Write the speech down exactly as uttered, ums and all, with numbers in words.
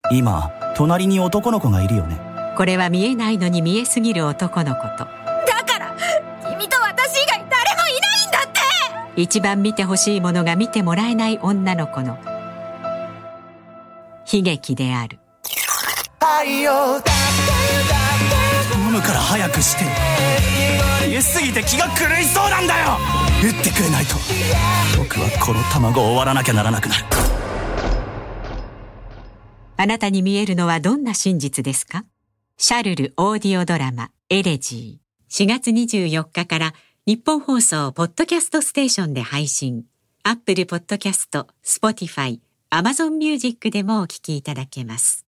今隣に男の子がいるよね。 これは見えないのに見えすぎる男の子と、 だから君と私以外誰もいないんだって。 一番見てほしいものが見てもらえない女の子の悲劇である。 頼むから早くして。言いすぎて気が狂いそうなんだよ。打ってくれないと僕はこの卵を割らなきゃならなくなる。 あなたに見えるのはどんな真実ですか？シャルルオーディオドラマエレジー、しがつにじゅうよっかから日本放送ポッドキャストステーションで配信。アップルポッドキャスト、スポティファイ、アマゾンミュージックでもお聞きいただけます。